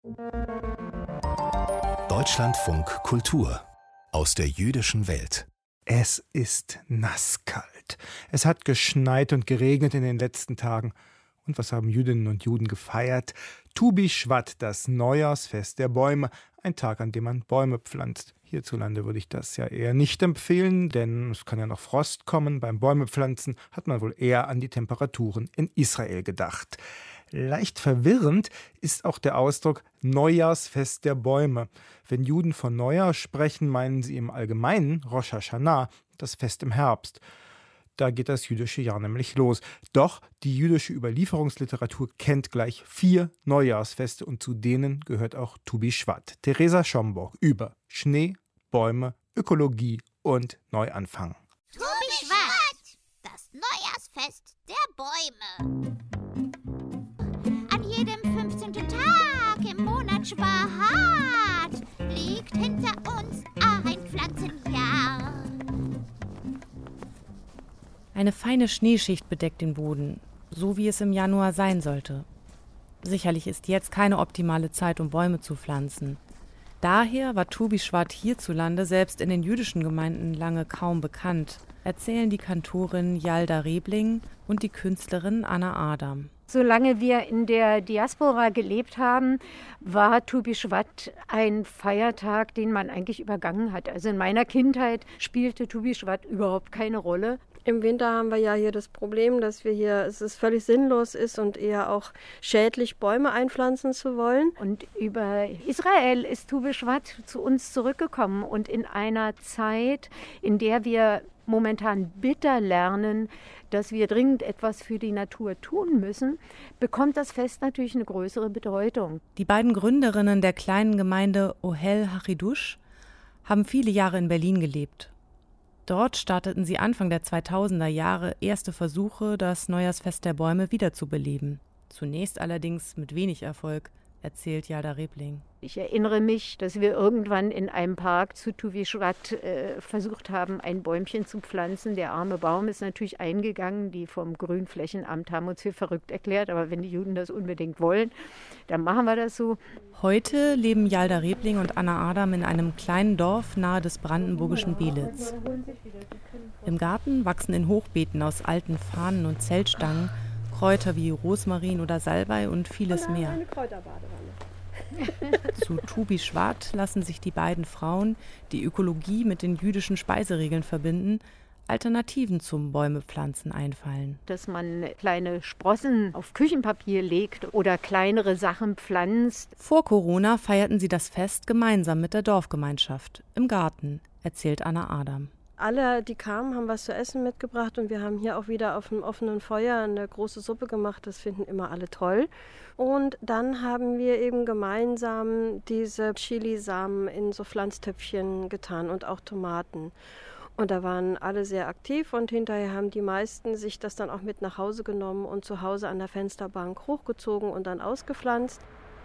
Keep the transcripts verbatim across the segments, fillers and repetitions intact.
Deutschlandfunk Kultur aus der jüdischen Welt. Es ist nasskalt. Es hat geschneit und geregnet in den letzten Tagen. Und was haben Jüdinnen und Juden gefeiert? Tu B'Shvat, das Neujahrsfest der Bäume. Ein Tag, an dem man Bäume pflanzt. Hierzulande würde ich das ja eher nicht empfehlen, denn es kann ja noch Frost kommen. Beim Bäumepflanzen hat man wohl eher an die Temperaturen in Israel gedacht. Leicht verwirrend ist auch der Ausdruck Neujahrsfest der Bäume. Wenn Juden von Neujahr sprechen, meinen sie im Allgemeinen Rosh Hashanah, das Fest im Herbst. Da geht das jüdische Jahr nämlich los. Doch die jüdische Überlieferungsliteratur kennt gleich vier Neujahrsfeste und zu denen gehört auch Tu B'Shvat. Theresa Schomburg über Schnee, Bäume, Ökologie und Neuanfang. Tu B'Shvat, das Neujahrsfest der Bäume. An jedem fünfzehnten Tag im Monat Schwahat liegt hinter uns ein Pflanzenjahr. Eine feine Schneeschicht bedeckt den Boden, so wie es im Januar sein sollte. Sicherlich ist jetzt keine optimale Zeit, um Bäume zu pflanzen. Daher war Tu B'Shvat hierzulande selbst in den jüdischen Gemeinden lange kaum bekannt, erzählen die Kantorin Yalda Rebling und die Künstlerin Anna Adam. Solange wir in der Diaspora gelebt haben, war Tu B'Shvat ein Feiertag, den man eigentlich übergangen hat. Also in meiner Kindheit spielte Tu B'Shvat überhaupt keine Rolle. Im Winter haben wir ja hier das Problem, dass wir hier, es ist völlig sinnlos ist und eher auch schädlich, Bäume einpflanzen zu wollen. Und über Israel ist Tu B'Shvat zu uns zurückgekommen und in einer Zeit, in der wir momentan bitter lernen, dass wir dringend etwas für die Natur tun müssen, bekommt das Fest natürlich eine größere Bedeutung. Die beiden Gründerinnen der kleinen Gemeinde Ohel Hachidush haben viele Jahre in Berlin gelebt. Dort starteten sie Anfang der zweitausender Jahre erste Versuche, das Neujahrsfest der Bäume wiederzubeleben. Zunächst allerdings mit wenig Erfolg, erzählt Yalda Rebling. Ich erinnere mich, dass wir irgendwann in einem Park zu Tu B'Shvat äh, versucht haben, ein Bäumchen zu pflanzen. Der arme Baum ist natürlich eingegangen. Die vom Grünflächenamt haben uns für verrückt erklärt. Aber wenn die Juden das unbedingt wollen, dann machen wir das so. Heute leben Yalda Rebling und Anna Adam in einem kleinen Dorf nahe des brandenburgischen Belitz. Im Garten wachsen in Hochbeeten aus alten Fahnen und Zeltstangen Kräuter wie Rosmarin oder Salbei und vieles mehr. Eine Kräuterbadewanne. Zu Tu B'Shvat lassen sich die beiden Frauen, die Ökologie mit den jüdischen Speiseregeln verbinden, Alternativen zum Bäumepflanzen einfallen. Dass man kleine Sprossen auf Küchenpapier legt oder kleinere Sachen pflanzt. Vor Corona feierten sie das Fest gemeinsam mit der Dorfgemeinschaft im Garten, erzählt Anna Adam. Alle, die kamen, haben was zu essen mitgebracht und wir haben hier auch wieder auf dem offenen Feuer eine große Suppe gemacht. Das finden immer alle toll. Und dann haben wir eben gemeinsam diese Chilisamen in so Pflanztöpfchen getan und auch Tomaten. Und da waren alle sehr aktiv und hinterher haben die meisten sich das dann auch mit nach Hause genommen und zu Hause an der Fensterbank hochgezogen und dann ausgepflanzt.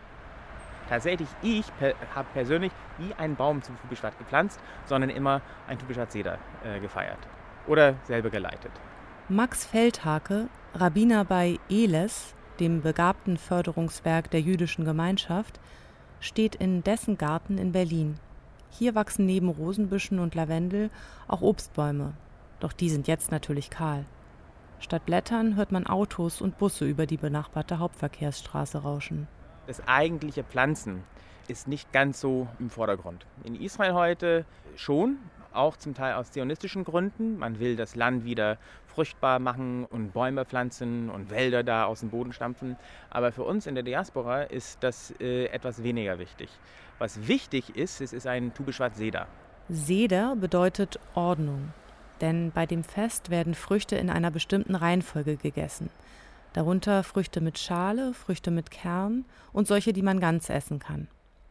Tatsächlich, ich per, habe persönlich nie einen Baum zum Tu B'Shvat gepflanzt, sondern immer ein Tu B'Shvat Seder äh, gefeiert oder selber geleitet. Max Feldhake, Rabbiner bei Eles, dem Begabtenförderungswerk der jüdischen Gemeinschaft, steht in dessen Garten in Berlin. Hier wachsen neben Rosenbüschen und Lavendel auch Obstbäume. Doch die sind jetzt natürlich kahl. Statt Blättern hört man Autos und Busse über die benachbarte Hauptverkehrsstraße rauschen. Das eigentliche Pflanzen ist nicht ganz so im Vordergrund. In Israel heute schon, auch zum Teil aus zionistischen Gründen. Man will das Land wieder fruchtbar machen und Bäume pflanzen und Wälder da aus dem Boden stampfen. Aber für uns in der Diaspora ist das äh, etwas weniger wichtig. Was wichtig ist, es ist ein Tu B'Shvat Seder. Seder bedeutet Ordnung. Denn bei dem Fest werden Früchte in einer bestimmten Reihenfolge gegessen. Darunter Früchte mit Schale, Früchte mit Kern und solche, die man ganz essen kann.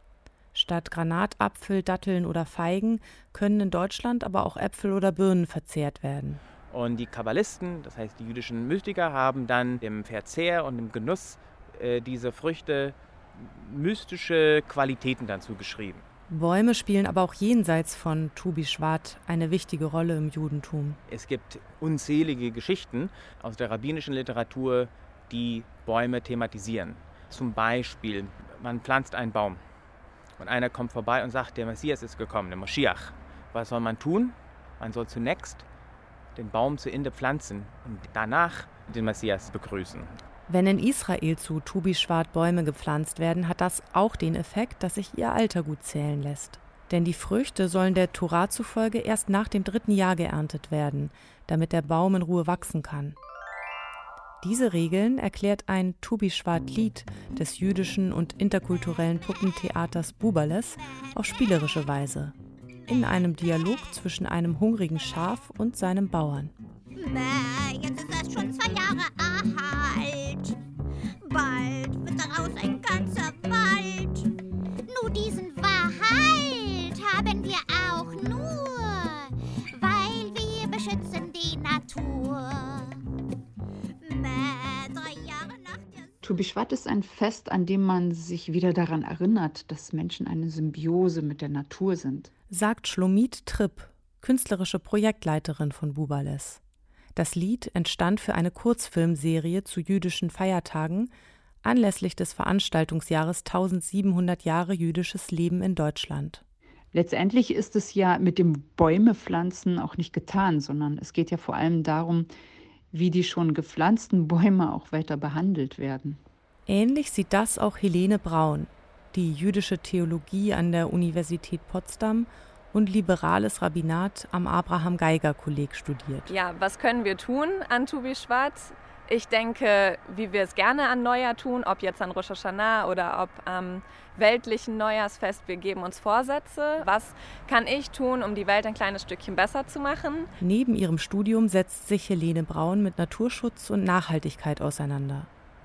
Statt Granatapfel, Datteln oder Feigen können in Deutschland aber auch Äpfel oder Birnen verzehrt werden. Und die Kabbalisten, das heißt die jüdischen Mystiker, haben dann dem Verzehr und dem Genuss äh, dieser Früchte mystische Qualitäten dann zugeschrieben. Bäume spielen aber auch jenseits von Tu B'Shvat eine wichtige Rolle im Judentum. Es gibt unzählige Geschichten aus der rabbinischen Literatur, die Bäume thematisieren. Zum Beispiel Man pflanzt einen Baum und einer kommt vorbei und sagt, der Messias ist gekommen, der Moschiach. Was soll man tun? Man soll zunächst den Baum zu Ende pflanzen und danach den Messias begrüßen. Wenn in Israel zu Tu Bishvat Bäume gepflanzt werden, hat das auch den Effekt, dass sich ihr Alter gut zählen lässt. Denn die Früchte sollen der Tora zufolge erst nach dem dritten Jahr geerntet werden, damit der Baum in Ruhe wachsen kann. Diese Regeln erklärt ein Tu Bishvat-Lied des jüdischen und interkulturellen Puppentheaters Bubales auf spielerische Weise, in einem Dialog zwischen einem hungrigen Schaf und seinem Bauern. Bäh, jetzt ist das schon zwei Jahre alt. Bald wird daraus ein ganzer Wald. Nur diesen Wald haben wir auch nur, weil wir beschützen die Natur. Bäh, drei Jahre nach der... Tu Bishvat ist ein Fest, an dem man sich wieder daran erinnert, dass Menschen eine Symbiose mit der Natur sind. Sagt Shlomit Tripp, künstlerische Projektleiterin von Bubales. Das Lied entstand für eine Kurzfilmserie zu jüdischen Feiertagen anlässlich des Veranstaltungsjahres tausendsiebenhundert Jahre jüdisches Leben in Deutschland. Letztendlich ist es ja mit dem Bäumepflanzen auch nicht getan, sondern es geht ja vor allem darum, wie die schon gepflanzten Bäume auch weiter behandelt werden. Ähnlich sieht das auch Helene Braun, die jüdische Theologie an der Universität Potsdam und liberales Rabbinat am Abraham-Geiger-Kolleg studiert. Ja, was können wir tun an Tu Bishvat? Ich denke, wie wir es gerne an Neujahr tun, ob jetzt an Rosh Hashanah oder ob am weltlichen Neujahrsfest, wir geben uns Vorsätze. Was kann ich tun, um die Welt ein kleines Stückchen besser zu machen? Neben ihrem Studium setzt sich Helene Braun mit Naturschutz und Nachhaltigkeit auseinander.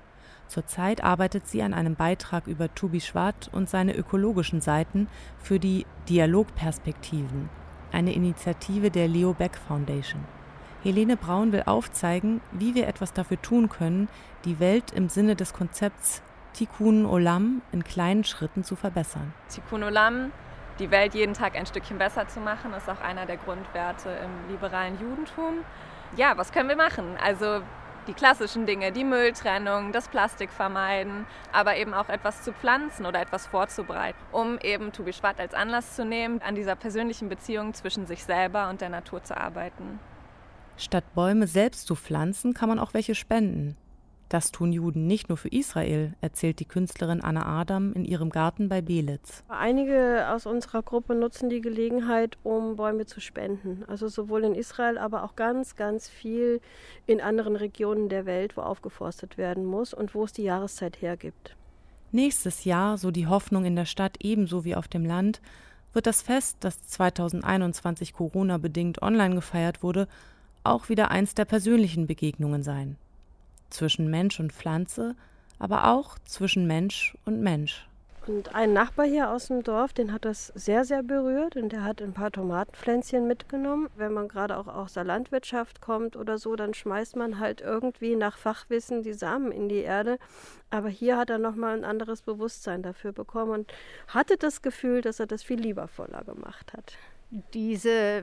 Zurzeit arbeitet sie an einem Beitrag über Tu Bishvat und seine ökologischen Seiten für die Dialogperspektiven, eine Initiative der Leo Baeck Foundation. Helene Braun will aufzeigen, wie wir etwas dafür tun können, die Welt im Sinne des Konzepts Tikkun Olam in kleinen Schritten zu verbessern. Tikkun Olam, die Welt jeden Tag ein Stückchen besser zu machen, ist auch einer der Grundwerte im liberalen Judentum. Ja, was können wir machen? Also die klassischen Dinge, die Mülltrennung, das Plastik vermeiden, aber eben auch etwas zu pflanzen oder etwas vorzubereiten, um eben Tu Bishvat als Anlass zu nehmen, an dieser persönlichen Beziehung zwischen sich selber und der Natur zu arbeiten. Statt Bäume selbst zu pflanzen, kann man auch welche spenden. Das tun Juden nicht nur für Israel, erzählt die Künstlerin Anna Adam in ihrem Garten bei Belitz. Einige aus unserer Gruppe nutzen die Gelegenheit, um Bäume zu spenden. Also sowohl in Israel, aber auch ganz, ganz viel in anderen Regionen der Welt, wo aufgeforstet werden muss und wo es die Jahreszeit hergibt. Nächstes Jahr, so die Hoffnung in der Stadt ebenso wie auf dem Land, wird das Fest, das zweitausendeinundzwanzig Corona-bedingt online gefeiert wurde, auch wieder eins der persönlichen Begegnungen sein. Zwischen Mensch und Pflanze, aber auch zwischen Mensch und Mensch. Und ein Nachbar hier aus dem Dorf, den hat das sehr, sehr berührt und der hat ein paar Tomatenpflänzchen mitgenommen. Wenn man gerade auch aus der Landwirtschaft kommt oder so, dann schmeißt man halt irgendwie nach Fachwissen die Samen in die Erde. Aber hier hat er nochmal ein anderes Bewusstsein dafür bekommen und hatte das Gefühl, dass er das viel liebevoller gemacht hat. Diese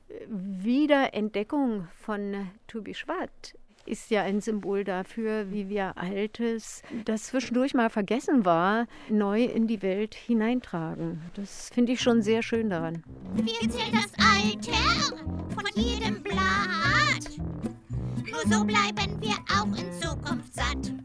Wiederentdeckung von Tu Bishvat ist ja ein Symbol dafür, wie wir Altes, das zwischendurch mal vergessen war, neu in die Welt hineintragen. Das finde ich schon sehr schön daran. Wir zählen das Alter von jedem Blatt. Nur so bleiben wir auch in Zukunft satt.